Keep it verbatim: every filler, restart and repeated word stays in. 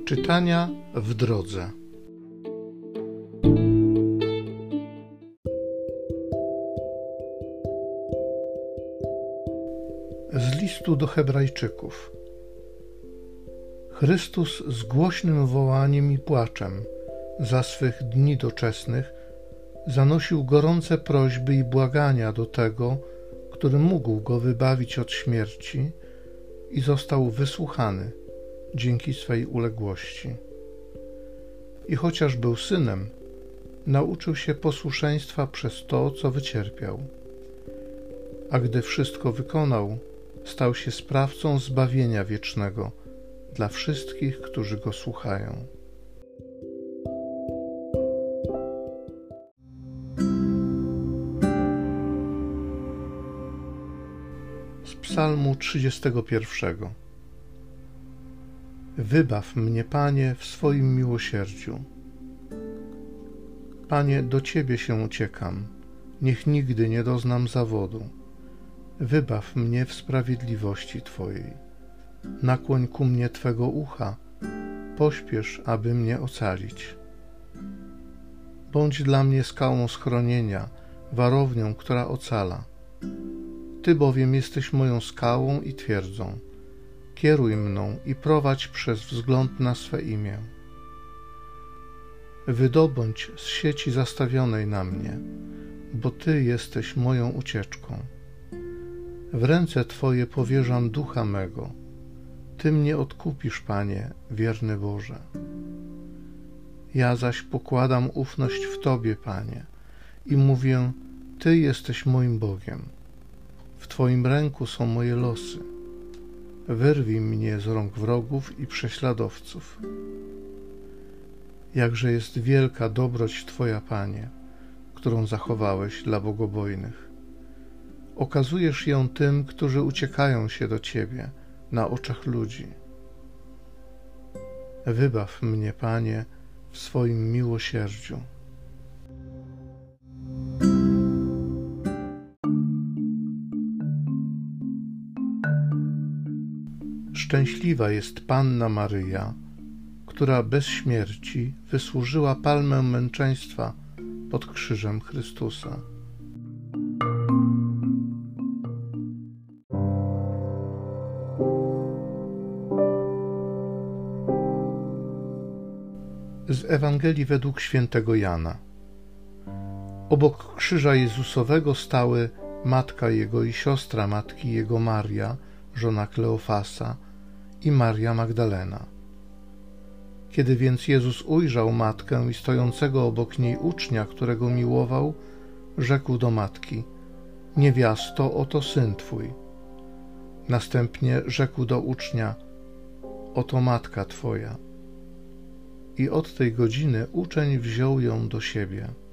Czytania w drodze. Z listu do Hebrajczyków. Chrystus z głośnym wołaniem i płaczem za swych dni doczesnych zanosił gorące prośby i błagania do Tego, który mógł go wybawić od śmierci, i został wysłuchany dzięki swej uległości. I chociaż był synem, nauczył się posłuszeństwa przez to, co wycierpiał. A gdy wszystko wykonał, stał się sprawcą zbawienia wiecznego dla wszystkich, którzy go słuchają. Z Psalmu trzydziestego pierwszego. Wybaw mnie, Panie, w swoim miłosierdziu. Panie, do Ciebie się uciekam, niech nigdy nie doznam zawodu. Wybaw mnie w sprawiedliwości Twojej. Nakłoń ku mnie Twego ucha, pośpiesz, aby mnie ocalić. Bądź dla mnie skałą schronienia, warownią, która ocala. Ty bowiem jesteś moją skałą i twierdzą. Kieruj mną i prowadź przez wzgląd na swe imię. Wydobądź z sieci zastawionej na mnie, bo Ty jesteś moją ucieczką. W ręce Twoje powierzam ducha mego. Ty mnie odkupisz, Panie, wierny Boże. Ja zaś pokładam ufność w Tobie, Panie, i mówię, Ty jesteś moim Bogiem. W Twoim ręku są moje losy. Wyrwij mnie z rąk wrogów i prześladowców. Jakże jest wielka dobroć Twoja, Panie, którą zachowałeś dla bogobojnych. Okazujesz ją tym, którzy uciekają się do Ciebie na oczach ludzi. Wybaw mnie, Panie, w swoim miłosierdziu. Szczęśliwa jest Panna Maryja, która bez śmierci wysłużyła palmę męczeństwa pod krzyżem Chrystusa. Z Ewangelii według świętego Jana. Obok krzyża Jezusowego stały matka Jego i siostra matki Jego Maria, żona Kleofasa, i Maria Magdalena. Kiedy więc Jezus ujrzał matkę i stojącego obok niej ucznia, którego miłował, rzekł do matki: Niewiasto, oto syn Twój. Następnie rzekł do ucznia: Oto matka Twoja. I od tej godziny uczeń wziął ją do siebie.